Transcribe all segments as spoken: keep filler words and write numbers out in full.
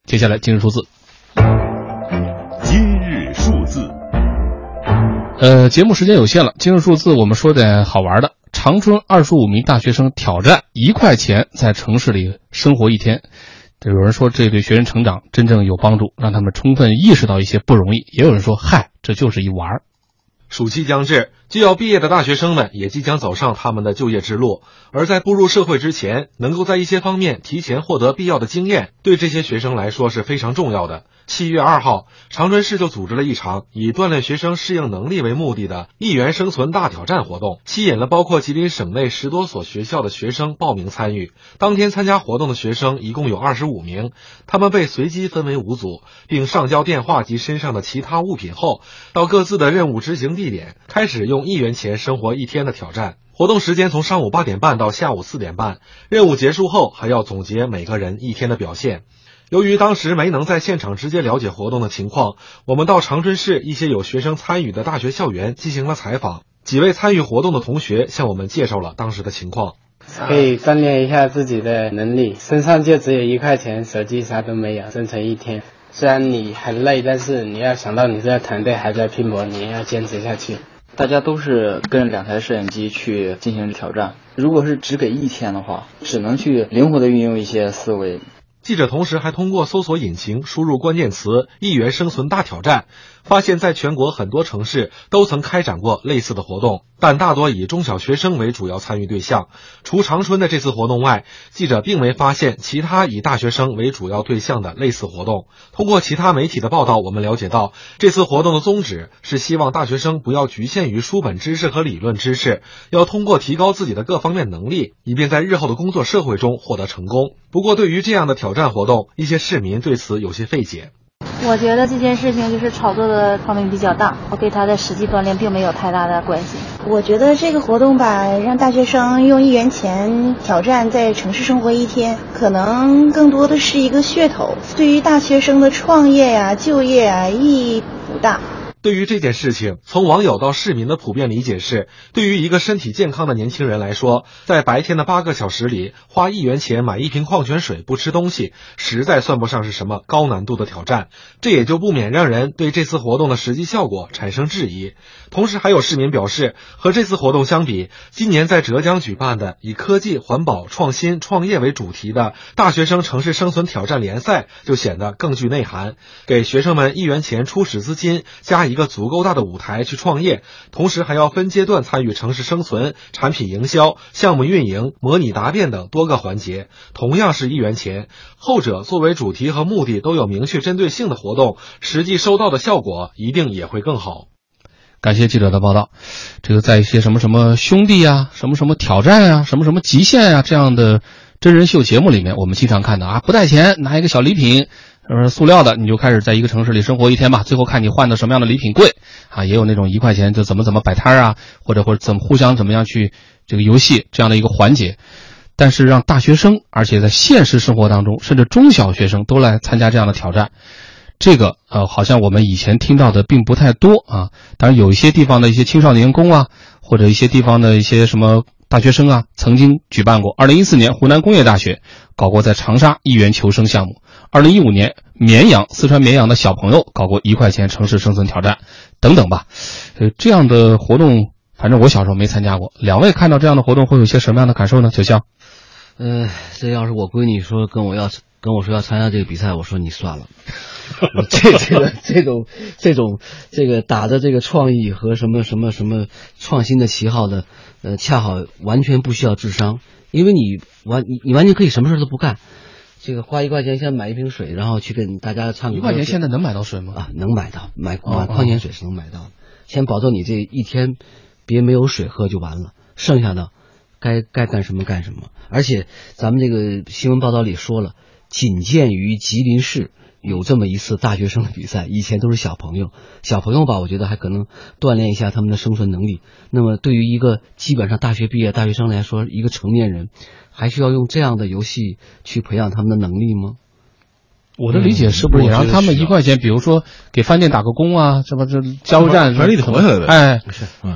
接下来今日数字。 今日数字。 呃，节目时间有限了，今日数字我们说点好玩的。长春二十五名大学生挑战一块钱在城市里生活一天。有人说这对学生成长真正有帮助，让他们充分意识到一些不容易。也有人说，嗨，这就是一玩儿。 暑期将至，就要毕业的大学生们也即将走上他们的就业之路，而在步入社会之前，能够在一些方面提前获得必要的经验，对这些学生来说是非常重要的。七月二号，长春市就组织了一场以锻炼学生适应能力为目的的一元生存大挑战活动，吸引了包括吉林省内十多所学校的学生报名参与。当天参加活动的学生一共有二十五名，他们被随机分为五组，并上交电话及身上的其他物品后，到各自的任务执行地点，开始用一元钱生活一天的挑战。活动时间从上午八点半到下午四点半，任务结束后还要总结每个人一天的表现。由于当时没能在现场直接了解活动的情况，我们到长春市一些有学生参与的大学校园进行了采访。几位参与活动的同学向我们介绍了当时的情况。 可以锻炼一下自己的能力，身上就只有一块钱，手机啥都没有，生存一天。虽然你很累，但是你要想到你这个团队还在拼搏，你也要坚持下去。 大家都是跟两台摄影机去进行挑战，如果是只给一天的话，只能去灵活的运用一些思维。 记者同时还通过搜索引擎输入关键词“一元生存大挑战”，发现在全国很多城市都曾开展过类似的活动，但大多以中小学生为主要参与对象。除长春的这次活动外，记者并没发现其他以大学生为主要对象的类似活动。通过其他媒体的报道，我们了解到，这次活动的宗旨是希望大学生不要局限于书本知识和理论知识，要通过提高自己的各方面能力，以便在日后的工作社会中获得成功。不过，对于这样的挑战活动，一些市民对此有些费解。 我觉得这件事情就是炒作的方面比较大，对他的实际锻炼并没有太大的关系。 我觉得这个活动吧，让大学生用一元钱挑战在城市生活一天，可能更多的是一个噱头，对于大学生的创业呀、就业啊意义不大。 对于这件事情，从网友到市民的普遍理解是，对于一个身体健康的年轻人来说，在白天的八个小时里花一元钱买一瓶矿泉水不吃东西，实在算不上是什么高难度的挑战。这也就不免让人对这次活动的实际效果产生质疑。同时还有市民表示，和这次活动相比，今年在浙江举办的以科技、环保、创新、创业为主题的大学生城市生存挑战联赛就显得更具内涵，给学生们一元钱初始资金，加一个足够大的舞台去创业，同时还要分阶段参与城市生存、产品营销、项目运营、模拟答辩等多个环节。同样是一元钱，后者作为主题和目的都有明确针对性的活动，实际收到的效果一定也会更好。 感谢记者的报道。这个在一些什么什么兄弟啊、什么什么挑战啊、什么什么极限啊这样的真人秀节目里面，我们经常看到啊，不带钱拿一个小礼品，呃，塑料的，你就开始在一个城市里生活一天吧，最后看你换的什么样的礼品贵啊。也有那种一块钱就怎么怎么摆摊啊，或者或者怎么互相怎么样去这个游戏这样的一个环节。但是让大学生，而且在现实生活当中，甚至中小学生都来参加这样的挑战，这个呃，好像我们以前听到的并不太多啊。当然有一些地方的一些青少年工啊，或者一些地方的一些什么大学生啊，曾经举办过。二零一四年湖南工业大学搞过在长沙一元求生项目，二零一五年绵阳四川绵阳的小朋友搞过一块钱城市生存挑战等等吧。呃，这样的活动反正我小时候没参加过。两位看到这样的活动会有些什么样的感受呢？九霄。 呃，这要是我闺女说跟我要跟我说要参加这个比赛，我说你算了。这这个这种这种这个打着这个创意和什么什么什么创新的旗号的，呃，恰好完全不需要智商，因为你完你你完全可以什么事都不干。这个花一块钱先买一瓶水，然后去跟大家唱歌。 一块钱现在能买到水吗？ 啊，能买到，买买矿泉水是能买到的。先保证你这一天别没有水喝就完了，剩下的该该干什么干什么。而且咱们这个新闻报道里说了，仅见于吉林市有这么一次大学生的比赛，以前都是小朋友，小朋友吧，我觉得还可能锻炼一下他们的生存能力。那么对于一个基本上大学毕业大学生来说，一个成年人还需要用这样的游戏去培养他们的能力吗？ 我的理解是不是也让他们一块钱，比如说给饭店打个工啊，什么这加油站， 反正你得活下来呗。 哎， 不是，嗯。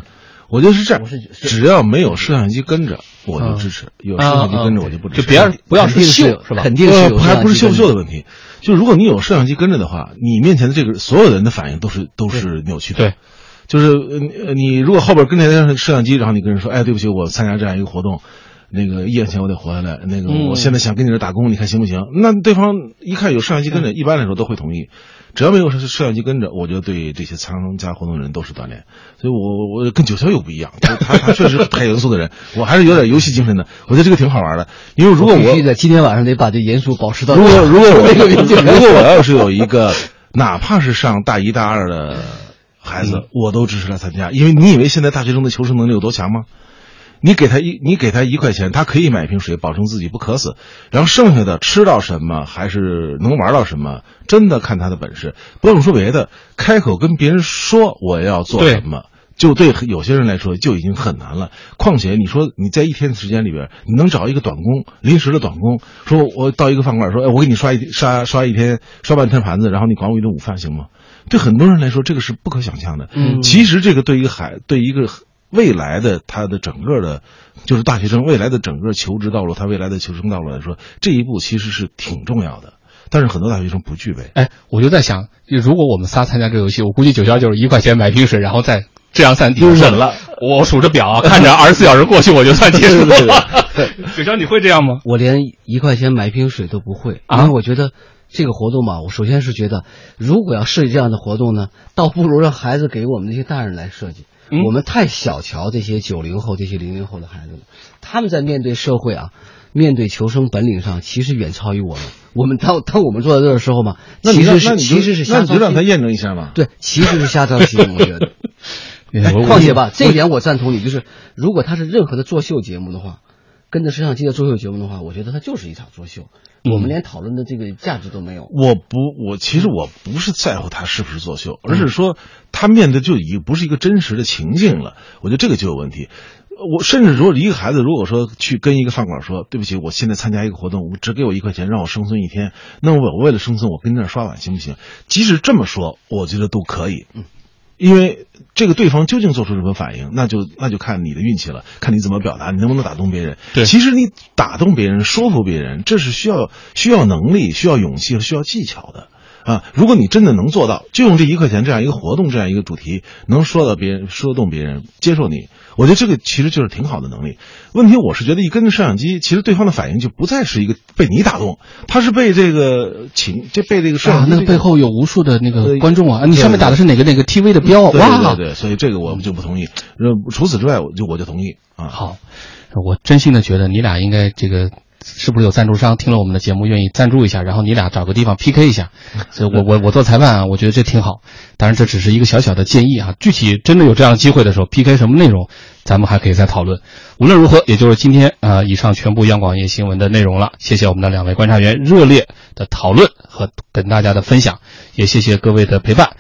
我觉得是这样，只要没有摄像机跟着，我就支持；有摄像机跟着，我就不支持。 就别不要是秀是吧？ 肯定是有， 还不是秀不秀的问题。就如果你有摄像机跟着的话，你面前的这个所有人的反应都是都是扭曲的。 对， 就是呃，你如果后边跟着一辆摄像机，然后你跟人说，哎，对不起，我参加这样一个活动。那个一元钱我得活下来，那个我现在想跟你这打工，你看行不行？那对方一看有摄像机跟着，一般来说都会同意。只要没有摄像机跟着，我觉得对这些参加活动人都是锻炼。所以我我跟九霄又不一样，他他确实太严肃的人，我还是有点游戏精神的。我觉得这个挺好玩的，因为如果我必须的今天晚上得把这严肃保持到。 如果如果我如果我要是有一个哪怕是上大一大二的孩子，我都支持他参加，因为你以为现在大学生的求生能力有多强吗？你给他一，你给他一块钱，他可以买一瓶水，保证自己不渴死。然后剩下的吃到什么，还是能玩到什么，真的看他的本事。不用说别的，开口跟别人说我要做什么，就对有些人来说就已经很难了。况且你说你在一天的时间里边，你能找一个短工，临时的短工，说我到一个饭馆说，哎，我给你刷一刷刷一天，刷半天盘子，然后你管我一顿午饭行吗？对很多人来说，这个是不可想象的。嗯，其实这个对于海，对一个。未来的他的整个的，就是大学生未来的整个求职道路，他未来的求生道路来说，这一步其实是挺重要的。但是很多大学生不具备。 哎，我就在想，如果我们仨参加这个游戏，我估计九霄就是一块钱买瓶水，然后再这样散底忍了。 我数着表，看着二十四小时过去，我就算结束了。九霄，你会这样吗？ 我连一块钱买瓶水都不会，因为我觉得。这个活动嘛，我首先是觉得，如果要设计这样的活动呢，倒不如让孩子给我们这些大人来设计。嗯、我们太小瞧这些九零后、这些零零后的孩子了，他们在面对社会啊，面对求生本领上，其实远超于我们。我们当当我们坐在这的时候嘛，其实是其实是瞎操心。 那你就让他验证一下嘛。 对，其实是瞎操心，我觉得。哎，况且吧，这一点我赞同你，就是如果他是任何的作秀节目的话。跟着摄像机的作秀节目的话，我觉得它就是一场作秀，嗯、我们连讨论的这个价值都没有。 我不，我其实我不是在乎它是不是作秀，而是说他面对就已经不是一个真实的情境了。我觉得这个就有问题。我甚至如果一个孩子如果说去跟一个饭馆说，对不起，我现在参加一个活动，只给我一块钱，让我生存一天，那我为了生存，我跟那儿刷碗行不行？即使这么说，我觉得都可以。嗯。因为这个对方究竟做出什么反应，那就那就看你的运气了，看你怎么表达，你能不能打动别人。 对， 其实你打动别人、说服别人，这是需要需要能力、需要勇气和需要技巧的啊！如果你真的能做到，就用这一块钱这样一个活动、这样一个主题，能说到别人、说动别人、接受你，我觉得这个其实就是挺好的能力。问题我是觉得一跟着摄像机，其实对方的反应就不再是一个被你打动，他是被这个情，这被这个摄像机、 啊，那个背后有无数的那个观众啊，你上面打的是哪个哪个 T V 的标， 对哇， 对对对，所以这个我们就不同意。除此之外，我就我就同意啊。 好，我真心的觉得你俩应该这个。是不是有赞助商听了我们的节目愿意赞助一下，然后你俩找个地方 P K 一下？所以我我我做裁判啊，我觉得这挺好。当然这只是一个小小的建议啊，具体真的有这样的机会的时候 ，P K 什么内容，咱们还可以再讨论。无论如何，也就是今天啊、呃，以上全部央广夜新闻的内容了。谢谢我们的两位观察员热烈的讨论和跟大家的分享，也谢谢各位的陪伴。